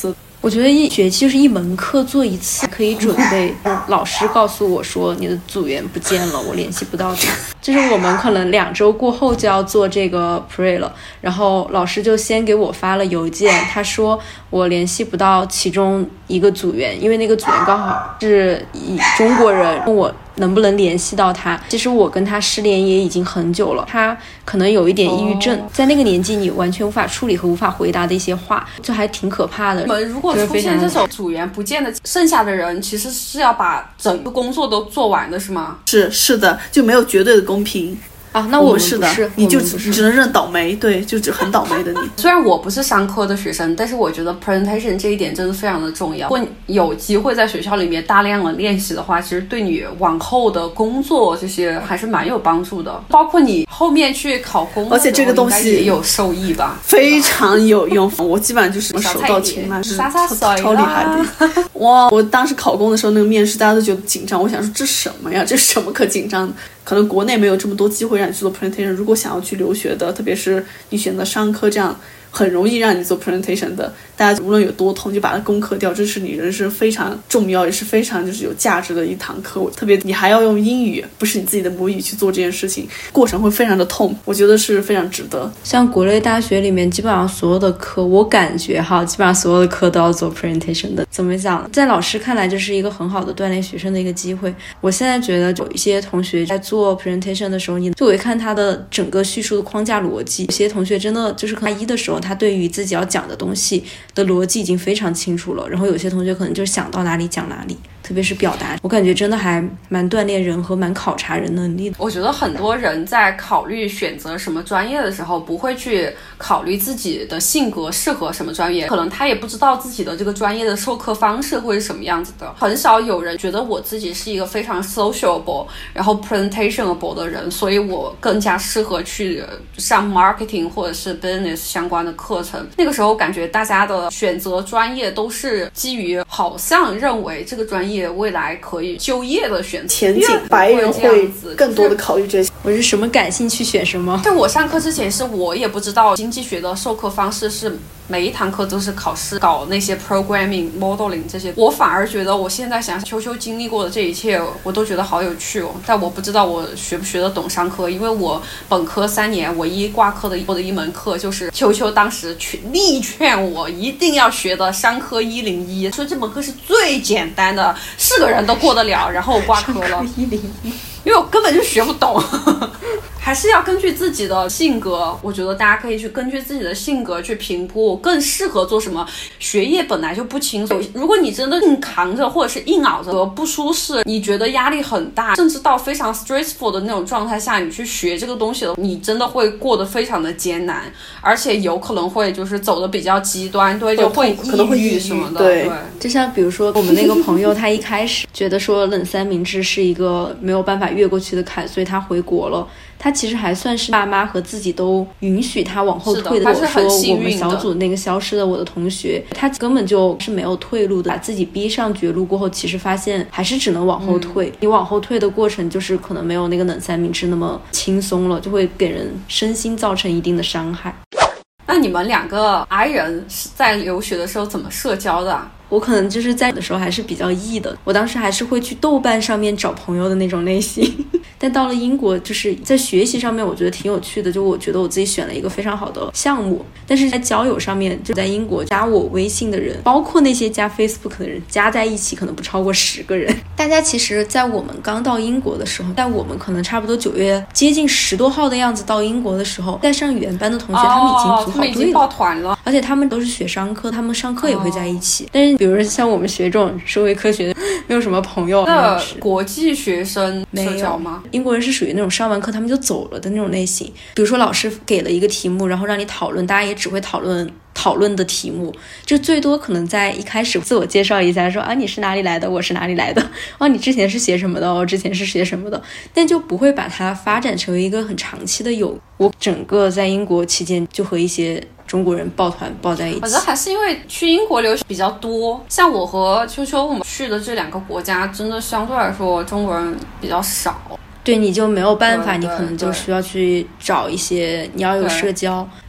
我觉得一学期就是一门课做一次可以准备。老师告诉我说你的组员不见了，我联系不到他。就是我们可能2周过后就要做这个 pre 了，然后老师就先给我发了邮件，他说我联系不到其中一个组员，因为那个组员刚好是以中国人，问我能不能联系到他。其实我跟他失联也已经很久了，他可能有一点抑郁症，在那个年纪你完全无法处理和无法回答的一些话，就还挺可怕的。 我们如果出现这种组员不见的，剩下的人其实是要把整个工作都做完的，是吗？ 是的，就没有绝对的公平啊。那我们是的，你就只能认倒霉，对，就只很倒霉的你。 虽然我不是商科的学生，但是我觉得 presentation 这一点真的非常的重要。如果你有机会在学校里面大量的练习的话，其实对你往后的工作这些还是蛮有帮助的，包括你后面去考公， 而且这个东西也有受益吧， 非常有用。我基本上就是手到擒来，是超厉害的。哇！我当时考公的时候，那个面试大家都觉得紧张，我想说这什么呀？这什么可紧张的？可能国内没有这么多机会让你去做 presentation， 如果想要去留学的，特别是你选择商科这样很容易让你做 presentation 的，大家无论有多痛就把它攻克掉，这是你人生非常重要也是非常就是有价值的一堂课。特别你还要用英语，不是你自己的母语去做这件事情，过程会非常的痛，我觉得是非常值得。 像国内大学里面基本上所有的课，我感觉基本上所有的课都要做 presentation 的。怎么讲，在老师看来这是一个很好的锻炼学生的一个机会。我现在觉得有一些同学在做 presentation 的时候，你就会看他的整个叙述的框架逻辑，有些同学真的就是大一的时候他对于自己要讲的东西的逻辑已经非常清楚了，然后有些同学可能就想到哪里讲哪里，特别是表达，我感觉真的还蛮锻炼人和蛮考察人能力的。 我觉得很多人在考虑选择什么专业的时候，不会去考虑自己的性格适合什么专业，可能他也不知道自己的这个专业的授课方式会是什么样子的。很少有人觉得我自己是一个非常 sociable 然后 presentationable 的人，所以我更加适合去上 marketing 或者是 business 相关的课程。那个时候感觉大家的选择专业都是基于好像认为这个专业未来可以就业的选择， 前景白人会更多的考虑这些。 我是什么感兴趣选什么。 对，我上课之前是我也不知道经济学的授课方式是每一堂课都是考试搞那些 programming modeling 这些，我反而觉得我现在想秋秋经历过的这一切我都觉得好有趣哦。但我不知道我学不学得懂商科，因为我本科3年唯一挂科的一门课就是秋秋当时力劝我一定要学的商科101，说这门课是最简单的，4个人都过得了，然后我挂科了。 商科101， 因为我根本就学不懂。还是要根据自己的性格，我觉得大家可以去根据自己的性格去评估更适合做什么。学业本来就不轻松，如果你真的硬扛着或者是硬熬着不舒适，你觉得压力很大，甚至到非常 stressful 的那种状态下，你去学这个东西了，你真的会过得非常的艰难，而且有可能会就是走的比较极端，对，就会抑郁什么的。对， 就像比如说我们那个朋友，他一开始觉得说冷三明治是一个没有办法越过去的坎，所以他回国了。他其实还算是爸妈和自己都允许他往后退的。我说我们小组那个消失的我的同学，他根本就是没有退路的，把自己逼上绝路过后，其实发现还是只能往后退。你往后退的过程就是可能没有那个冷三明治那么轻松了，就会给人身心造成一定的伤害。 那你们2个 I 人在留学的时候怎么社交的啊？ 我可能就是在的时候还是比较 E 的，我当时还是会去豆瓣上面找朋友的那种类型。但到了英国，就是在学习上面我觉得挺有趣的，就我觉得我自己选了一个非常好的项目。但是在交友上面，就在英国加我微信的人，包括那些加 Facebook 的人，加在一起可能不超过10个人。大家其实在我们刚到英国的时候，在我们可能差不多9月接近10多号的样子到英国的时候，在上语言班的同学他们已经组好队了， 他们已经抱团了， 而且他们都是学商科，他们上课也会在一起。但是比如说像我们学这种社会科学的，没有什么朋友。 那国际学生社交吗？ 英国人是属于那种上完课他们就走了的那种类型。比如说老师给了一个题目，然后让你讨论，大家也只会讨论的题目，就最多可能在一开始自我介绍一下，说啊你是哪里来的，我是哪里来的，哦你之前是学什么的，我之前是学什么的，但就不会把它发展成为一个很长期的友。我整个在英国期间就和一些中国人抱团抱在一起。 我觉得还是因为去英国留学比较多，像我和秋秋我们去的这2个国家，真的相对来说中国人比较少。 对，你就没有办法，你可能就需要去找一些，你要有社交。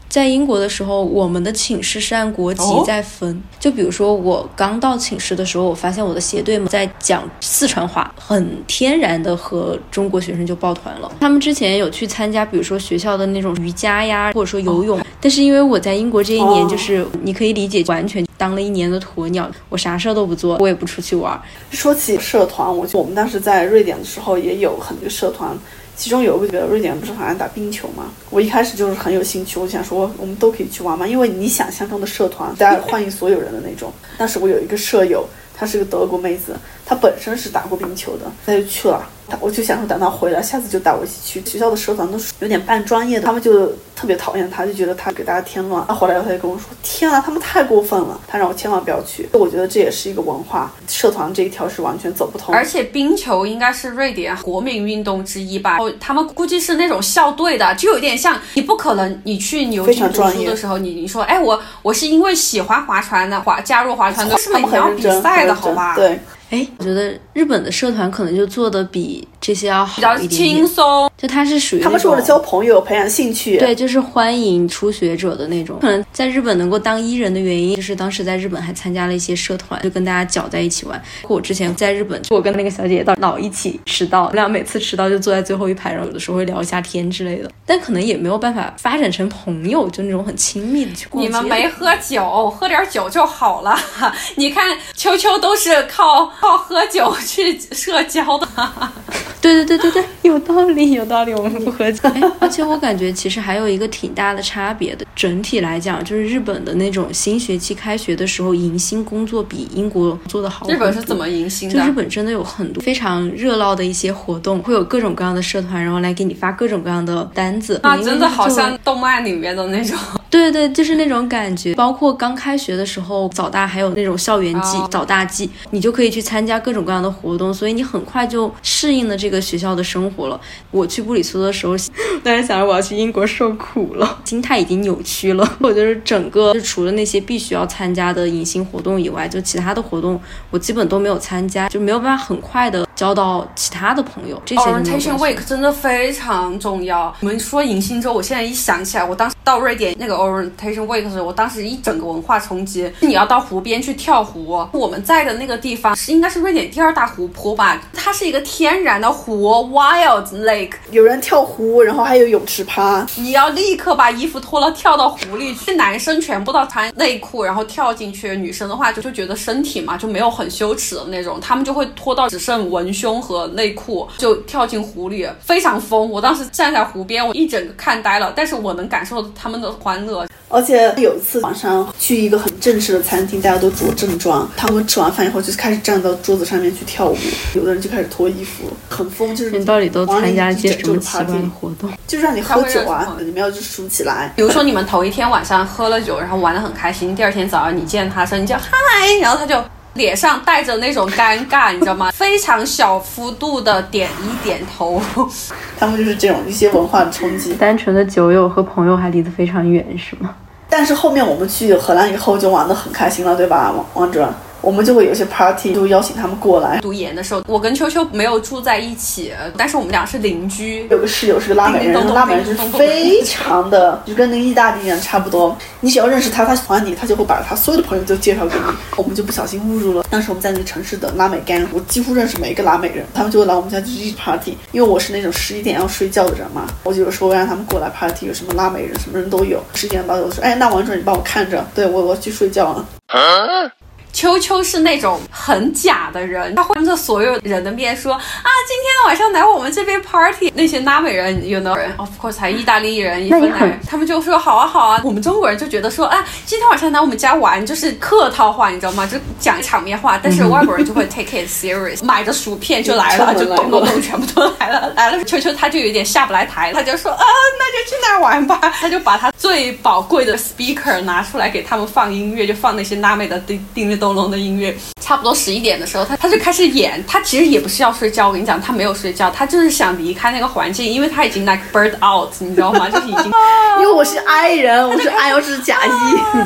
在英国的时候，我们的寝室是按国籍在分。就比如说我刚到寝室的时候，我发现我的斜对们在讲四川话，很天然的和中国学生就抱团了。他们之前有去参加比如说学校的那种瑜伽呀，或者说游泳，但是因为我在英国这一年，就是你可以理解完全当了1年的鸵鸟，我啥事都不做，我也不出去玩。 说起社团，我们当时在瑞典的时候也有很多社团，其中有一个瑞典不是很爱打冰球嘛，我一开始就是很有兴趣，我想说我们都可以去玩嘛，因为你想象中的社团大家欢迎所有人的那种。当时我有一个舍友，她是个德国妹子，她本身是打过冰球的，她就去了。我就想说等她回来下次就带我一起去。学校的社团都是有点半专业的，他们就特别讨厌她，就觉得她给大家添乱。她回来以后她就跟我说，天啊，他们太过分了，她让我千万不要去。我觉得这也是一个文化，社团这一条是完全走不通。 而且冰球应该是瑞典国民运动之一吧，他们估计是那种校队的，就有点像你不可能你去牛津读书的时候，你说哎我是因为喜欢划船的加入划船队，是你要比赛的好吧？ 对。 我觉得日本的社团可能就做的比这些要好一点点， 比较轻松。 就它是属于他们是为了交朋友、培养兴趣， 对，就是欢迎初学者的那种。可能在日本能够当艺人的原因，就是当时在日本还参加了一些社团，就跟大家搅在一起玩。我之前在日本，我跟那个小姐姐老一起迟到，我俩每次迟到就坐在最后一排，然后有的时候会聊一下天之类的，但可能也没有办法发展成朋友，就那种很亲密的去逛街。 你们没喝酒，喝点酒就好了。你看秋秋都是靠喝酒去社交的。 对，有道理，我们不喝酒。而且我感觉其实还有一个挺大的差别的，整体来讲，就是日本的那种新学期开学的时候迎新工作比英国做得好很多。 日本是怎么迎新的？ 就日本真的有很多非常热闹的一些活动，会有各种各样的社团，然后来给你发各种各样的单子。 真的好像动漫里面的那种。 对，就是那种感觉。包括刚开学的时候，早大还有那种校园季、早大季，你就可以去参加各种各样的活动，所以你很快就适应了这个学校的生活了。我去布里斯托的时候，当然想着我要去英国受苦了，心态已经扭曲了。我觉得整个就除了那些必须要参加的迎新活动以外，就其他的活动我基本都没有参加，就没有办法很快的交到其他的朋友。这些 Orientation Week 真的非常重要。我们说迎新周，我现在一想起来，我当时到瑞典那个 Orientation Week 的时候，我当时一整个文化冲击。你要到湖边去跳湖，我们在的那个地方应该是瑞典第2大湖泊吧，它是一个天然的湖 Wild Lake， 有人跳湖，然后还有泳池趴。 你要立刻把衣服脱了跳到湖里去，男生全部都穿内裤然后跳进去，女生的话就觉得身体嘛就没有很羞耻的那种，他们就会脱到只剩文胸和内裤就跳进湖里，非常疯。我当时站在湖边，我一整个看呆了，但是我能感受到他们的欢乐。 而且有一次晚上去一个很正式的餐厅，大家都着正装，他们吃完饭以后就开始站到桌子上面去跳舞，有的人就开始脱衣服，很疯。就是你到底都参加一些什么奇怪的活动？ 就是让你喝酒啊，你们要就数起来。 比如说你们头一天晚上喝了酒，然后玩得很开心，第二天早上你见他时你就嗨，然后他就脸上带着那种尴尬，你知道吗？非常小幅度的点一点头。 他们就是这种一些文化的冲击。 单纯的酒友和朋友还离得非常远，是吗？ 但是后面我们去荷兰以后就玩得很开心了，对吧，王者？我们就会有一些 party， 就邀请他们过来。 读研的时候，我跟秋秋没有住在一起，但是我们俩是邻居。 有个室友是个拉美人，拉美人就是非常的，就跟那个意大利人差不多。你只要认识他，他喜欢你，他就会把他所有的朋友都介绍给你。我们就不小心误入了。当时我们在那个城市的拉美干，我几乎认识每一个拉美人，他们就会来我们家就是一 party。因为我是那种11点要睡觉的人嘛，我就有时候让他们过来 party， 有什么拉美人，什么人都有。11点到我说，哎，那王主任你帮我看着，对我去睡觉了。 秋秋是那种很假的人，他会当着所有人的面说啊，今天晚上来我们这边 party。那些拉美人有的人 of course 还意大利人也分来，他们就说好啊好啊。我们中国人就觉得说啊，今天晚上来我们家玩就是客套话，你知道吗？就讲场面话。但是外国人就会 take it serious， 买着薯片就来了，就咚咚咚全部都来了。秋秋他就有点下不来台，他就说啊，那就去那儿玩吧。他就把他最宝贵的 speaker 拿出来给他们放音乐，就放那些拉美的叮咚咚的音乐。差不多11点的时候，他就开始演。他其实也不是要睡觉，我跟你讲，他没有睡觉，他就是想离开那个环境，因为他已经 like burnt out， 你知道吗？就是已经因为我是 I 人，我是 I， 我是假一。 你太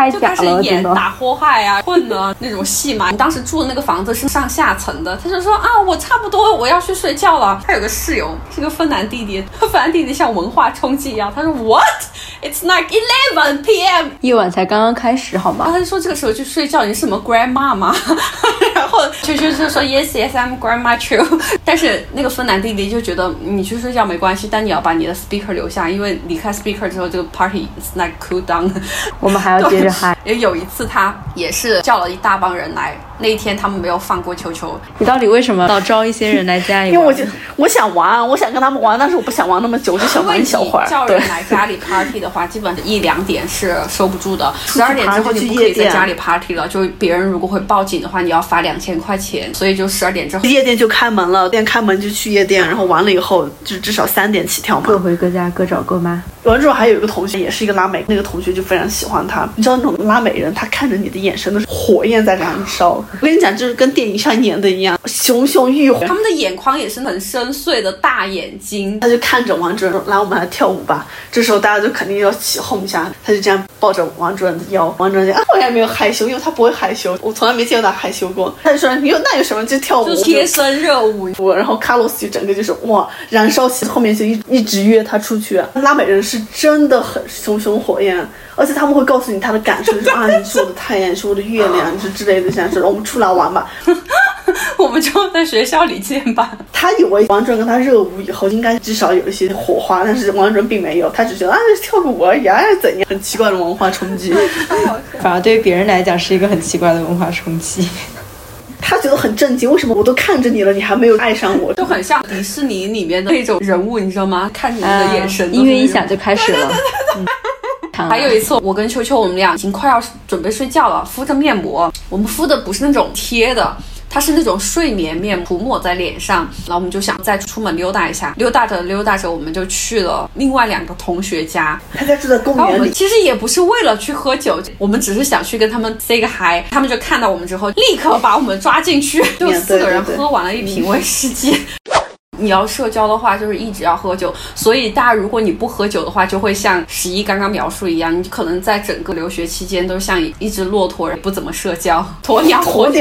太假了， 就开始演真的打祸害啊、混啊那种戏嘛。当时住的那个房子是上下层的，他就说啊，我差不多我要去睡觉了。他有个室友是个芬兰弟弟，芬兰弟弟像文化冲击一样，他说 What? It's like 11 p.m. 夜晚才刚刚开始，好吗？ 然后他就说这个时候去睡觉，你是什么 grandma 吗？然后就说 Yes, yes, I'm grandma too. 但是那个芬兰弟弟就觉得你去睡觉没关系，但你要把你的 speaker 留下，因为离开 speaker 之后，这个 party is like cool down。 我们还要接着嗨。 也有一次他也是叫了一大帮人来，那一天他们没有放过球球。 你到底为什么要招一些人来家里玩？ 因为我想玩，我想跟他们玩，但是我不想玩那么久，我就想玩一小会儿。 叫人来家里 party 的话，基本1-2点是收不住的。12点之后你不可以在家里 party 了，就别人如果会报警的话，你要罚2000块钱。所以就12点之后， 夜店就开门了，店开门就去夜店，然后完了以后就至少3点起跳嘛。 各回各家，各找各妈。 完之后还有一个同学也是一个拉美，那个同学就非常喜欢他。你知道那种拉美人，他看着你的眼神都是火焰在燃烧。我跟你讲，就是跟电影上演的一样，熊熊欲火。 他们的眼眶也是很深邃的大眼睛。 他就看着王主任说：“来，我们来跳舞吧。”这时候大家就肯定要起哄一下。他就这样抱着王主任的腰，王主任就我也没有害羞，因为他不会害羞，我从来没见过他害羞过。他就说：“那有什么，就跳舞， 就贴身热舞。” 然后卡洛斯就整个就是哇燃烧起，后面就一直约他出去。拉美人是真的很熊熊火焰，而且他们会告诉你他的感受，就是啊，你是我的太阳，你是我的月亮，你是之类的，这样说我们出来玩吧。 我们就在学校里见吧。 他以为王主任跟他热舞以后应该至少有一些火花，但是王主任并没有，他只觉得啊跳个舞而已啊怎样，很奇怪的文化冲击。 反而对于别人来讲是一个很奇怪的文化冲击。 他觉得很震惊，为什么我都看着你了，你还没有爱上我？ 就很像迪士尼里面的那种人物，你知道吗？看你的眼神， 音乐一响就开始了。 还有一次，我跟秋秋我们俩已经快要准备睡觉了，敷着面膜，我们敷的不是那种贴的，它是那种睡眠面涂抹在脸上。然后我们就想再出门溜达一下，溜达着我们就去了另外2个同学家。 他家住在公然后我园里， 们其实也不是为了去喝酒，我们只是想去跟他们 say 个 hi。他们就看到我们之后立刻把我们抓进去，就4个人喝完了1瓶威士忌。你要社交的话，就是一直要喝酒，所以大家如果你不喝酒的话，就会像11刚刚描述一样，你可能在整个留学期间都像一只骆驼，不怎么社交，鸵鸟。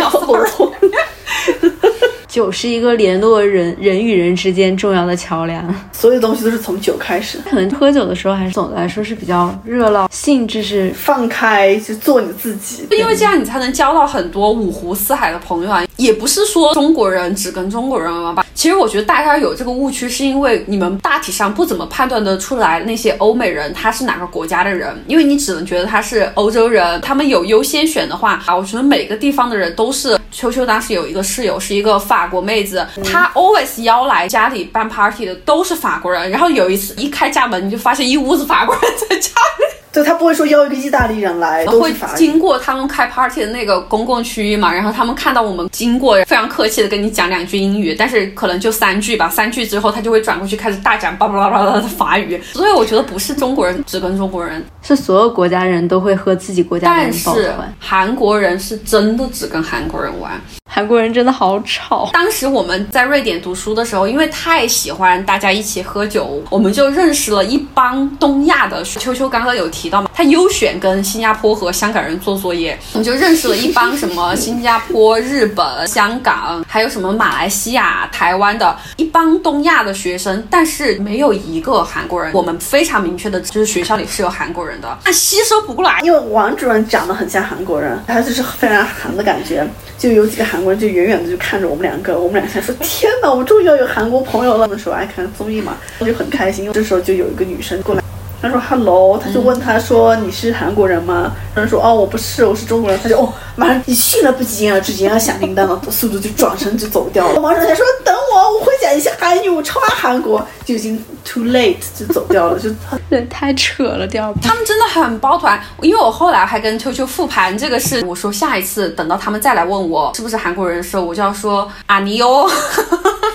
酒是一个联络人与人之间重要的桥梁， 所有东西都是从酒开始。 可能喝酒的时候还是总的来说是比较热闹，兴致是放开，就做你自己。 因为这样你才能交到很多五湖四海的朋友啊。也不是说中国人只跟中国人玩吧，其实我觉得大家有这个误区，是因为你们大体上不怎么判断得出来那些欧美人他是哪个国家的人，因为你只能觉得他是欧洲人。他们有优先选的话，我觉得每个地方的人都是。秋秋当时有一个室友是一个法国妹子，她 always 邀来家里办 party 的都是法国人，然后有一次一开家门你就发现一屋子法国人在家里。 对，他不会说邀一个意大利人来，都会是法经过他们开 party 的那个公共区域嘛，然后他们看到我们经过，非常客气的跟你讲2句英语，但是可能就3句吧，3句之后他就会转过去开始大讲巴拉巴拉的法语。所以我觉得不是中国人只跟中国人， 是所有国家人都会和自己国家的人抱团。 但是韩国人是真的只跟韩国人玩。 韩国人真的好吵。 当时我们在瑞典读书的时候，因为太喜欢大家一起喝酒，我们就认识了一帮东亚的。秋秋刚刚有提到嘛，他优选跟新加坡和香港人做作业，我们就认识了一帮什么新加坡、日本、香港，还有什么马来西亚、台湾的一帮东亚的学生，但是没有一个韩国人。我们非常明确的就是学校里是有韩国人的，但吸收不过来。 因为王主任长得很像韩国人，他就是非常韩的感觉，就有几个韩国人就远远的就看着我们2个，我们俩想说天哪，我终于要有韩国朋友了。那时候爱看综艺嘛，我就很开心。这时候就有一个女生过来，他说 hello， 他就问他说你是韩国人吗？人说我不是，我是中国人。他就马上一去了不及言而至，言而响叮当的速度就转身就走掉了。王主任说等我会讲一些韩语，我超爱韩国，就已经 too late 就走掉了。就太扯了，第二部他们真的很抱团。因为我后来还跟秋秋复盘这个事，我说下一次等到他们再来问我是不是韩国人的时候，我就要说阿尼哦。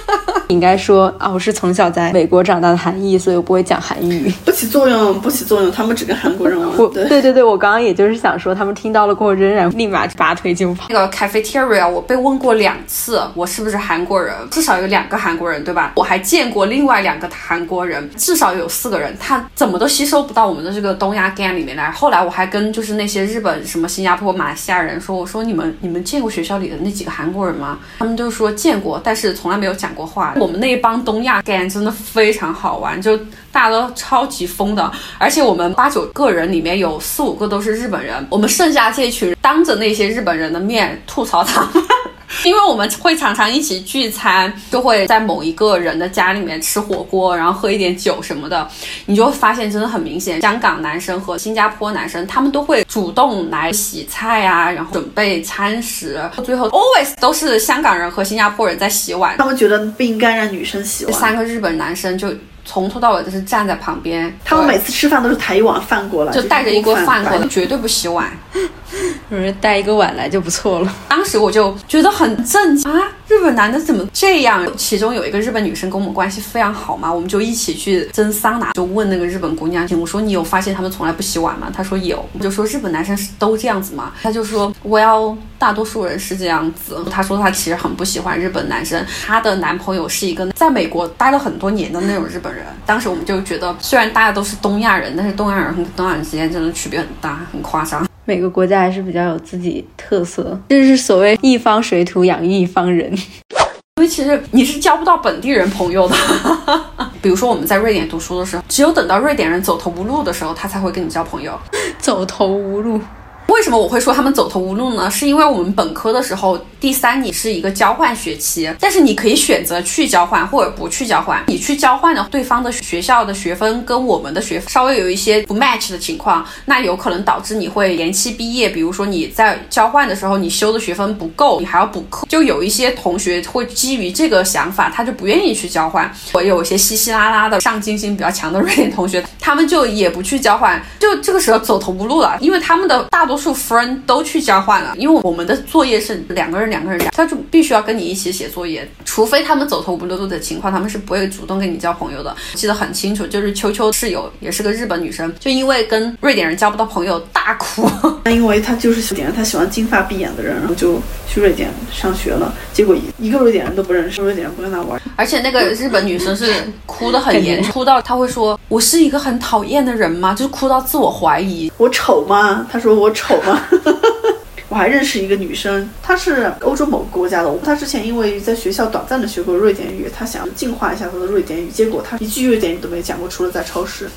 应该说啊，我是从小在美国长大的韩裔，所以我不会讲韩语。 不起作用，他们只跟韩国人玩。 对，我刚刚也就是想说，他们听到了过后仍然立马拔腿就跑。 那个 cafeteria 我被问过2次，我是不是韩国人，至少有2个韩国人，对吧？我还见过另外2个韩国人，至少有4个人，他怎么都吸收不到我们的这个东亚 gang 里面来。后来我还跟就是那些日本、什么新加坡、马来西亚人说，我说你们见过学校里的那几个韩国人吗？他们就说见过，但是从来没有讲过话。我们那一帮东亚 gang 真的非常好玩，就大家都超级疯的，而且我们8、9个人里面有4、5个都是日本人，我们剩下这群当着那些日本人的面吐槽他们。因为我们会常常一起聚餐，就会在某一个人的家里面吃火锅，然后喝一点酒什么的，你就会发现真的很明显，香港男生和新加坡男生他们都会主动来洗菜啊，然后准备餐食，最后 always 都是香港人和新加坡人在洗碗， 他们觉得不应该让女生洗碗。 3个日本男生就从头到尾都是站在旁边， 他们每次吃饭都是抬一碗饭过来， 就带着一锅饭过来，绝对不洗碗。 有人带一个碗来就不错了。 当时我就觉得很震惊啊，日本男的怎么这样？其中有一个日本女生跟我们关系非常好嘛，我们就一起去蒸桑拿，就问那个日本姑娘，我说你有发现他们从来不洗碗吗？她说有。我就说日本男生都这样子吗？她就说大多数人是这样子。她说她其实很不喜欢日本男生，她的男朋友是一个在美国待了很多年的那种日本人。当时我们就觉得，虽然大家都是东亚人，但是东亚人和东亚人之间真的区别很大，很夸张。 每个国家还是比较有自己特色，这是所谓一方水土养育一方人。 因为其实你是交不到本地人朋友的。比如说我们在瑞典读书的时候，只有等到瑞典人走投无路的时候，他才会跟你交朋友。 走投无路。 为什么我会说他们走投无路呢？是因为我们本科的时候第3年是一个交换学期，但是你可以选择去交换或者不去交换。你去交换的对方的学校的学分跟我们的学分稍微有一些不 match 的情况，那有可能导致你会延期毕业。比如说你在交换的时候你修的学分不够，你还要补课，就有一些同学会基于这个想法，他就不愿意去交换。我有一些稀稀拉拉的上进心比较强的瑞典同学，他们就也不去交换，就这个时候走投无路了，因为他们的大多数 friend 都去交换了。因为我们的作业是2个人，他就必须要跟你一起写作业，除非他们走投无路的情况，他们是不会主动跟你交朋友的。记得很清楚，就是秋秋室友也是个日本女生，就因为跟瑞典人交不到朋友大哭。 因为他就是他喜欢金发碧眼的人，然后就去瑞典上学了，结果一个瑞典人都不认识，瑞典人不跟他玩。 而且那个日本女生是哭得很严重，哭到她会说我是一个很讨厌的人吗？就是哭到自我怀疑。 我丑吗？她说我丑吗？我还认识一个女生，她是欧洲某个国家的，她之前因为在学校短暂的学过瑞典语，她想净化一下她的瑞典语，结果她一句瑞典语都没讲过，除了在超市。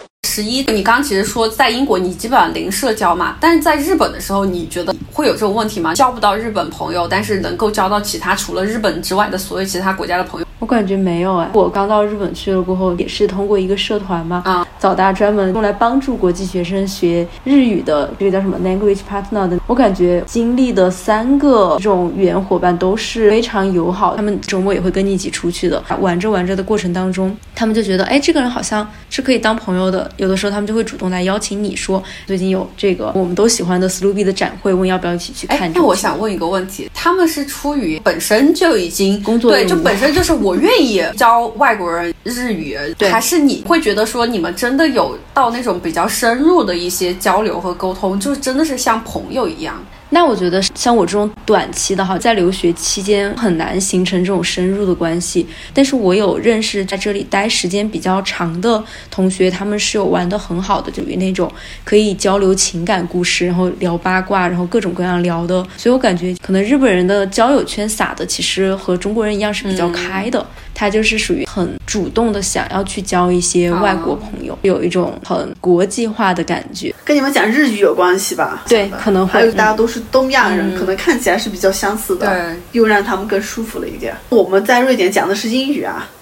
11，你刚刚其实说在英国你基本上零社交嘛，但是在日本的时候，你觉得会有这种问题吗？交不到日本朋友，但是能够交到其他除了日本之外的所有其他国家的朋友？ 我感觉没有我刚到日本去了过后，也是通过一个社团嘛，早大专门用来帮助国际学生学日语的这个叫什么 language partner 的，我感觉经历的3个这种语言伙伴都是非常友好，他们周末也会跟你一起出去的，玩着的过程当中，他们就觉得这个人好像是可以当朋友的，有的时候他们就会主动来邀请你说最近有这个我们都喜欢的 Sloopy 的展会，问要不要一起去看。 那我想问一个问题，他们是出于本身就已经工作对，就本身就是我愿意教外国人日语，还是你会觉得说你们真的有到那种比较深入的一些交流和沟通，就真的是像朋友一样？ 那我觉得像我这种短期的在留学期间很难形成这种深入的关系，但是我有认识在这里待时间比较长的同学，他们是有玩得很好的，就有那种可以交流情感故事，然后聊八卦，然后各种各样聊的，所以我感觉可能日本人的交友圈撒的其实和中国人一样是比较开的，他就是属于很主动的想要去交一些外国朋友，有一种很国际化的感觉。 跟你们讲日语有关系吧？ 对，可能会。 还有大家都是东亚人，可能看起来是比较相似的，又让他们更舒服了一点。我们在瑞典讲的是英语啊，没有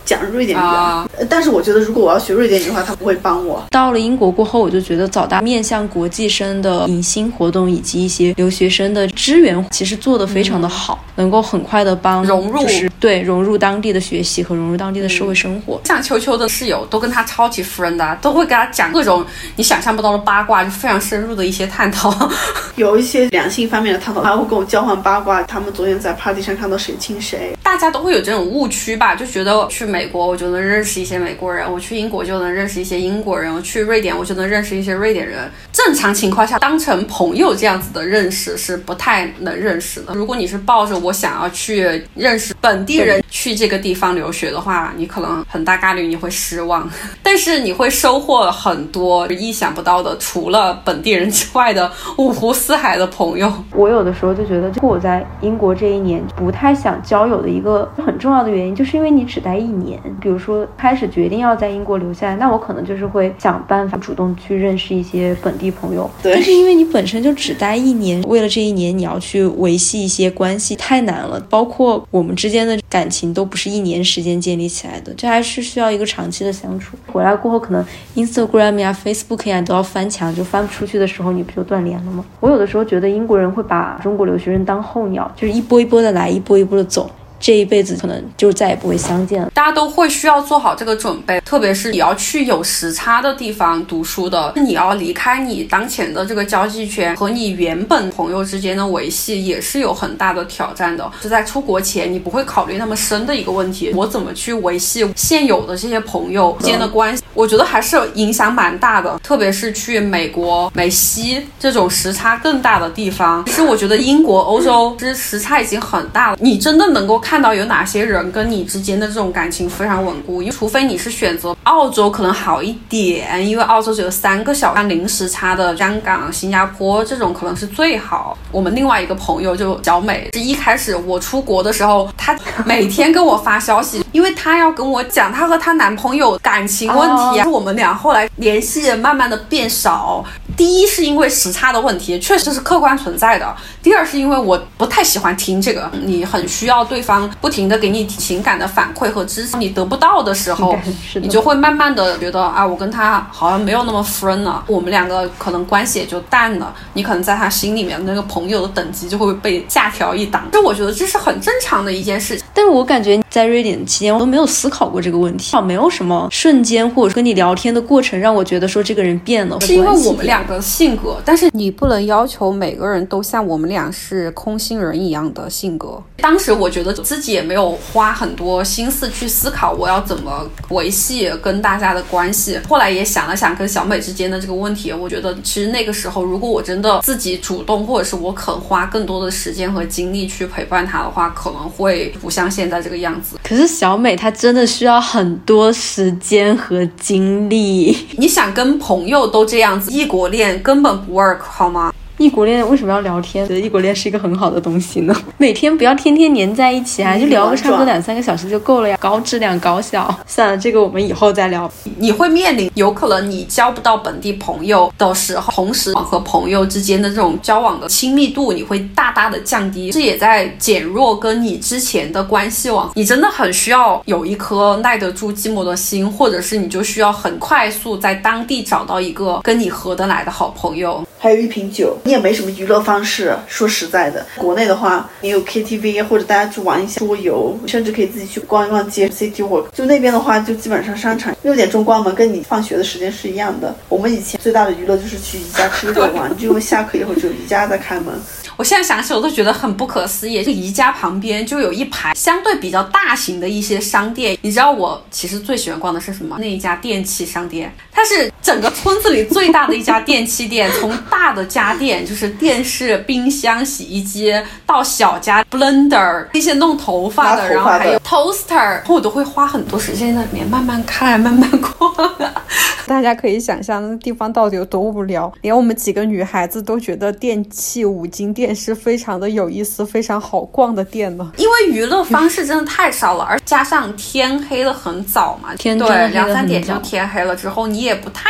讲瑞典语但是我觉得如果我要学瑞典语的话，他不会帮我。 到了英国过后，我就觉得早大面向国际生的迎新活动以及一些留学生的支援其实做得非常的好，能够很快的帮融入， 就是对融入当地的学习和融入当地的社会生活。 像秋秋的室友都跟他超级 friend 的，都会跟他讲各种你想象不到的八卦，就非常深入的一些探讨。 有一些两性方面的探讨，他会跟我交换八卦，他们昨天在 party 上看到谁亲谁。 大家都会有这种误区吧，就觉得去美国我就能认识一些美国人，我去英国就能认识一些英国人，我去瑞典我就能认识一些瑞典人。正常情况下当成朋友这样子的认识是不太能认识的。如果你是抱着我想要去认识本地人去这个地方留学的话，你可能很大概率你会失望，但是你会收获很多意想不到的除了本地人之外的五湖四海的朋友。 我有的时候就觉得我在英国这一年不太想交友的一个很重要的原因，就是因为你只待一年。比如说开始决定要在英国留下来，那我可能就是会想办法主动去认识一些本地朋友。 对， 但是因为你本身就只待一年，为了这一年你要去维系一些关系太难了，包括我们之间的感情都不是一年时间建立起来的，这还是需要一个长期的相处。回来过后可能 Instagram 呀 Facebook 呀都要翻墙，就翻不出去的时候你不就断联了吗？我有的时候觉得英国人会把中国留学生当候鸟，就是一波一波的来，一波一波的走，这一辈子可能就再也不会相见了。 大家都会需要做好这个准备，特别是你要去有时差的地方读书的，你要离开你当前的这个交际圈，和你原本朋友之间的维系也是有很大的挑战的。是在出国前你不会考虑那么深的一个问题，我怎么去维系现有的这些朋友之间的关系，我觉得还是影响蛮大的。特别是去美国、美西这种时差更大的地方，其实我觉得英国、欧洲其实时差已经很大了，你真的能够看到有哪些人跟你之间的这种感情非常稳固，因为除非你是选择澳洲可能好一点，因为澳洲只有3个小时零时差的，香港、新加坡这种可能是最好。我们另外一个朋友就小美，是一开始我出国的时候，她每天跟我发消息，因为她要跟我讲她和她男朋友感情问题我们俩后来联系慢慢的变少。第一是因为时差的问题，确实是客观存在的。第二是因为我不太喜欢听这个，你很需要对方不停的给你情感的反馈和支持，你得不到的时候，你就会慢慢的觉得我跟他好像没有那么 friend 了，我们两个可能关系也就淡了，你可能在他心里面那个朋友的等级就会被下调一档。这我觉得这是很正常的一件事情。 但是我感觉在瑞典期间我都没有思考过这个问题，没有什么瞬间或者跟你聊天的过程让我觉得说这个人变了， 是因为我们两个性格，但是你不能要求每个人都像我们俩是空心人一样的性格。当时我觉得自己也没有花很多心思去思考我要怎么维系跟大家的关系，后来也想了想跟小美之间的这个问题，我觉得其实那个时候如果我真的自己主动，或者是我肯花更多的时间和精力去陪伴她的话，可能会不像现在这个样子。 可是小美她真的需要很多时间和精力， 你想跟朋友都这样子，异国恋根本不 work 好吗？ 异国恋为什么要聊天？觉得异国恋是一个很好的东西呢。每天不要天天黏在一起就聊个差不多2-3个小时就够了呀，高质量高效。算了，这个我们以后再聊。 你会面临有可能你交不到本地朋友的时候，同时和朋友之间的这种交往的亲密度你会大大的降低，这也在减弱跟你之前的关系网。你真的很需要有一颗耐得住寂寞的心，或者是你就需要很快速在当地找到一个跟你合得来的好朋友。 还有一瓶酒，你也没什么娱乐方式。说实在的，国内的话你有 KTV 或者大家去玩一下桌游，甚至可以自己去逛一逛街 City Walk。 就那边的话就基本上商场6点钟关门，跟你放学的时间是一样的。我们以前最大的娱乐就是去宜家吃个肉丸，就因为下课以后只有宜家在开门。 我现在想起我都觉得很不可思议，就宜家旁边就有一排相对比较大型的一些商店。你知道我其实最喜欢逛的是什么？那一家电器商店，它是整个村子里最大的一家电器店，从大的家电就是电视、冰箱、洗衣机，到小家 blender 一些弄头发的，然后还有 toaster， 我都会花很多时间在里面慢慢看慢慢逛。大家可以想象那个地方到底有多无聊，连我们几个女孩子都觉得电器五金店是非常的有意思非常好逛的店了，因为娱乐方式真的太少了，而加上天黑了很早嘛，对，2-3点就天黑了之后，你也不太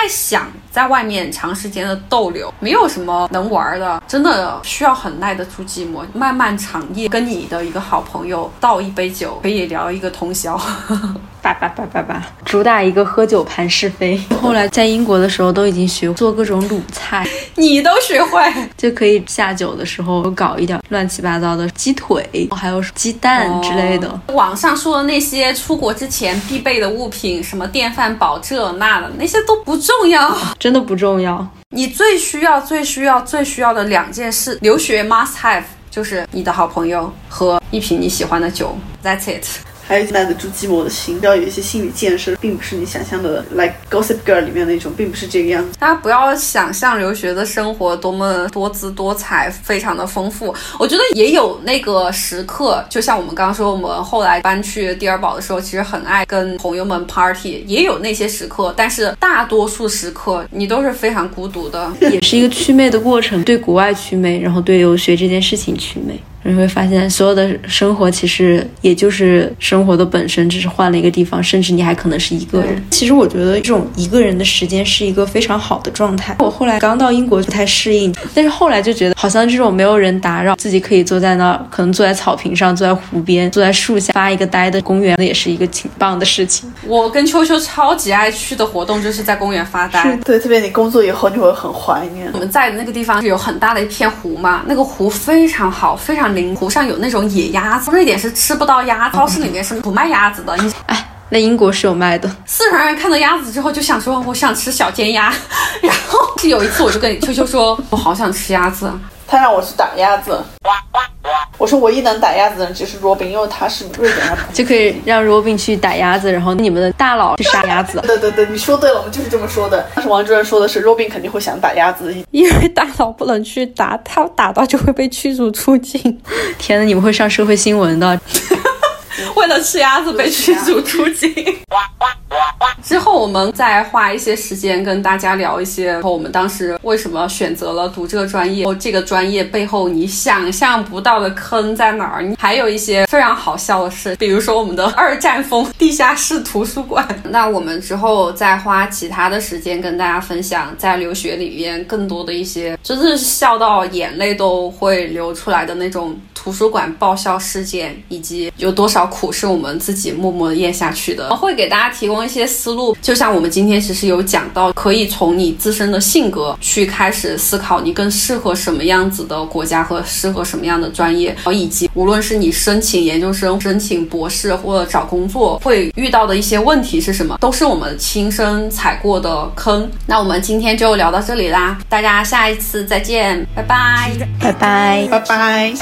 太想在外面长时间的逗留，没有什么能玩的，真的需要很耐得住寂寞。漫漫长夜，跟你的一个好朋友倒一杯酒，可以聊一个通宵。 叭，主打一个喝酒盘是非。后来在英国的时候都已经学做各种卤菜， 你都学会， 就可以下酒的时候搞一点乱七八糟的鸡腿，还有鸡蛋之类的。 网上说的那些出国之前必备的物品，什么电饭煲这那的，那些都不重要， 真的不重要。 你最需要的2件事，留学 must have 就是你的好朋友和一瓶你喜欢的酒。 That's it。 还有耐得住寂寞的心，要有一些心理建设，并不是你想象的 like Gossip Girl 里面那种，并不是这个样子。 大家不要想象留学的生活多么多姿多彩，非常的丰富。我觉得也有那个时刻，就像我们刚刚说，我们后来搬去第二堡的时候，其实很爱跟朋友们 party， 也有那些时刻，但是大多数时刻你都是非常孤独的， 也是一个祛魅的过程，对国外祛魅，然后对留学这件事情祛魅。你会发现所有的生活其实也就是生活的本身，只是换了一个地方，甚至你还可能是一个人。其实我觉得这种一个人的时间是一个非常好的状态。我后来刚到英国不太适应，但是后来就觉得好像这种没有人打扰，自己可以坐在那儿，可能坐在草坪上，坐在湖边，坐在树下发一个呆的公园，那也是一个挺棒的事情。 我跟秋秋超级爱去的活动就是在公园发呆。 对，特别你工作以后你会很怀念。 我们在的那个地方有很大的一片湖嘛，那个湖非常好，非常灵，湖上有那种野鸭子，瑞典是吃不到鸭子，超市里面是不卖鸭子的。 那英国是有卖的。 四川人看到鸭子之后就想说我想吃小尖鸭，然后有一次我就跟秋秋说我好想吃鸭子， 他让我去打鸭子，我说唯一能打鸭子的人就是 Robin， 因为他是瑞典人， 就可以让 Robin 去打鸭子，然后你们的大佬去杀鸭子。 对，你说对了，我们就是这么说的。但是王主任说的是 Robin 肯定会想打鸭子， 因为大佬不能去打，他打到就会被驱逐出境。 天哪，你们会上社会新闻的。 为了吃鸭子被驱逐出境。之后我们再花一些时间跟大家聊一些我们当时为什么选择了读这个专业，这个专业背后你想象不到的坑在哪儿，还有一些非常好笑的事，比如说我们的2战风地下室图书馆。那我们之后再花其他的时间跟大家分享在留学里面更多的一些真的是笑到眼泪都会流出来的那种图书馆爆笑事件，以及有多少苦是我们自己默默咽下去的。会给大家提供一些思路，就像我们今天其实有讲到，可以从你自身的性格去开始思考你更适合什么样子的国家和适合什么样的专业，以及无论是你申请研究生、申请博士或者找工作会遇到的一些问题是什么，都是我们亲身踩过的坑。那我们今天就聊到这里啦，大家下一次再见，拜拜， 拜拜， 拜拜。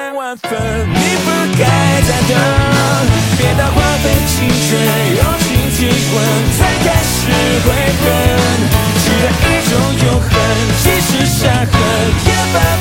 别到花费青春，用尽体温才开始悔恨，期待一种永恒，其实伤痕也把